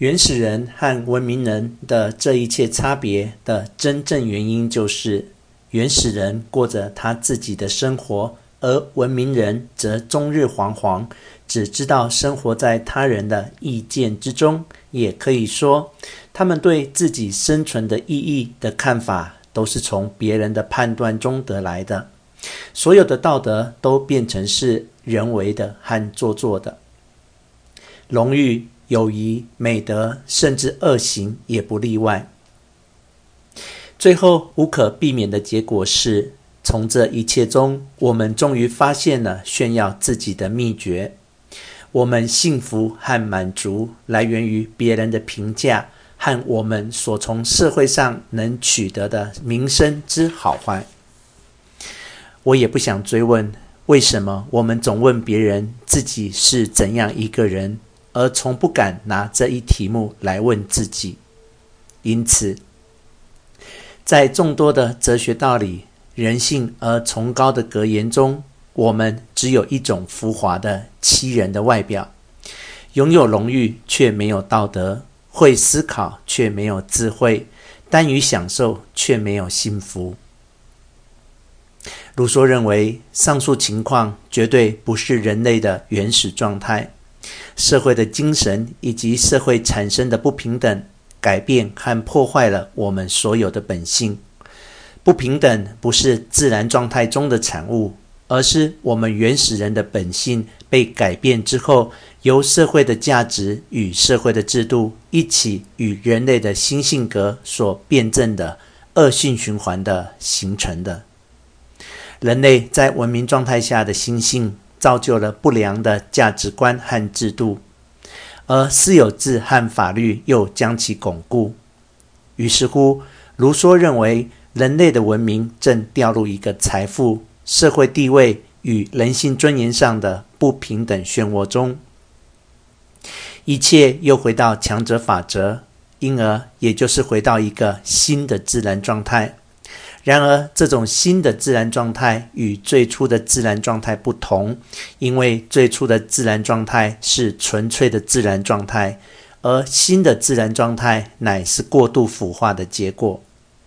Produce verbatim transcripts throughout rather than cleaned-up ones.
原始人和文明人的这一切差别的真正原因，就是原始人过着他自己的生活，而文明人则终日惶惶，只知道生活在他人的意见之中。也可以说，他们对自己生存的意义的看法都是从别人的判断中得来的。所有的道德都变成是人为的和做作的。荣誉、友谊、美德，甚至恶行也不例外。最后无可避免的结果是，从这一切中，我们终于发现了炫耀自己的秘诀。我们幸福和满足来源于别人的评价和我们所从社会上能取得的名声之好坏。我也不想追问为什么我们总问别人自己是怎样一个人，而从不敢拿这一题目来问自己。因此，在众多的哲学道理、人性而崇高的格言中，我们只有一种浮华的欺人的外表，拥有荣誉却没有道德，会思考却没有智慧，耽于享受却没有幸福。卢梭认为，上述情况绝对不是人类的原始状态。社会的精神以及社会产生的不平等，改变和破坏了我们所有的本性。不平等不是自然状态中的产物，而是我们原始人的本性被改变之后，由社会的价值与社会的制度一起与人类的新性格所辩证的恶性循环的形成的。人类在文明状态下的心性造就了不良的价值观和制度，而私有制和法律又将其巩固。于是乎，卢梭认为人类的文明正掉入一个财富、社会地位与人性尊严上的不平等漩涡中。一切又回到强者法则，因而也就是回到一个新的自然状态。然而，这种新的自然状态与最初的自然状态不同，因为最初的自然状态是纯粹的自然状态，而新的自然状态乃是过度腐化的结果。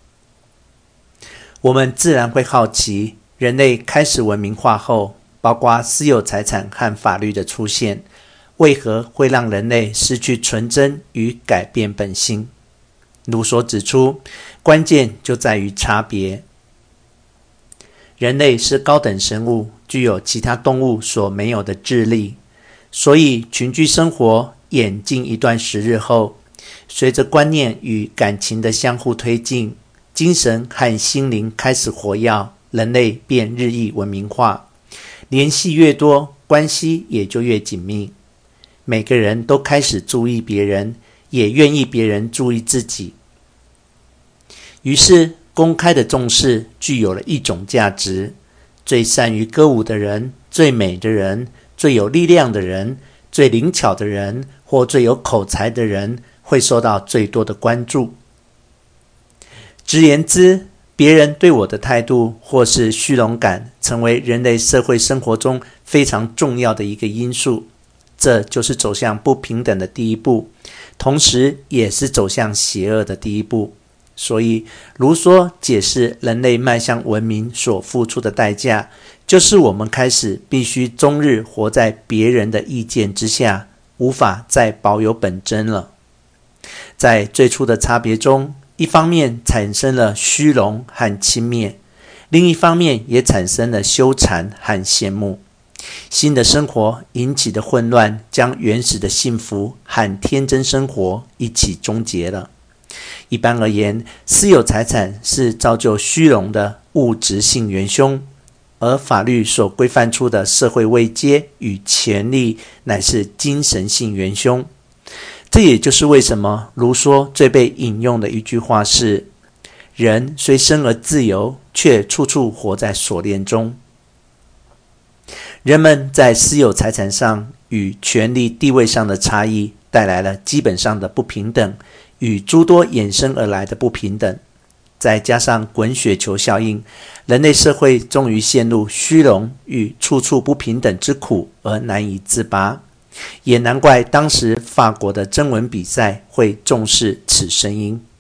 我们自然会好奇，人类开始文明化后，包括私有财产和法律的出现，为何会让人类失去纯真与改变本性？卢梭指出，关键就在于差别。人类是高等生物，具有其他动物所没有的智力，所以群居生活演进一段时日后，随着观念与感情的相互推进，精神和心灵开始活跃，人类便日益文明化。联系越多，关系也就越紧密。每个人都开始注意别人，也愿意别人注意自己。于是，公开的重视具有了一种价值：最善于歌舞的人、最美的人、最有力量的人、最灵巧的人或最有口才的人会受到最多的关注。直言之，别人对我的态度或是虚荣感，成为人类社会生活中非常重要的一个因素。这就是走向不平等的第一步，同时也是走向邪恶的第一步。所以，卢梭解释人类迈向文明所付出的代价，就是我们开始必须终日活在别人的意见之下，无法再保有本真了。在最初的差别中，一方面产生了虚荣和轻蔑，另一方面也产生了羞惭和羡慕。新的生活引起的混乱，将原始的幸福和天真生活一起终结了。一般而言，私有财产是造就虚荣的物质性元凶，而法律所规范出的社会位阶与权利乃是精神性元凶。这也就是为什么卢梭最被引用的一句话是：人虽生而自由，却处处活在锁链中。人们在私有财产上与权力地位上的差异，带来了基本上的不平等与诸多衍生而来的不平等，再加上滚雪球效应，人类社会终于陷入虚荣与处处不平等之苦而难以自拔。 也难怪当时法国的征文比赛会重视此声音。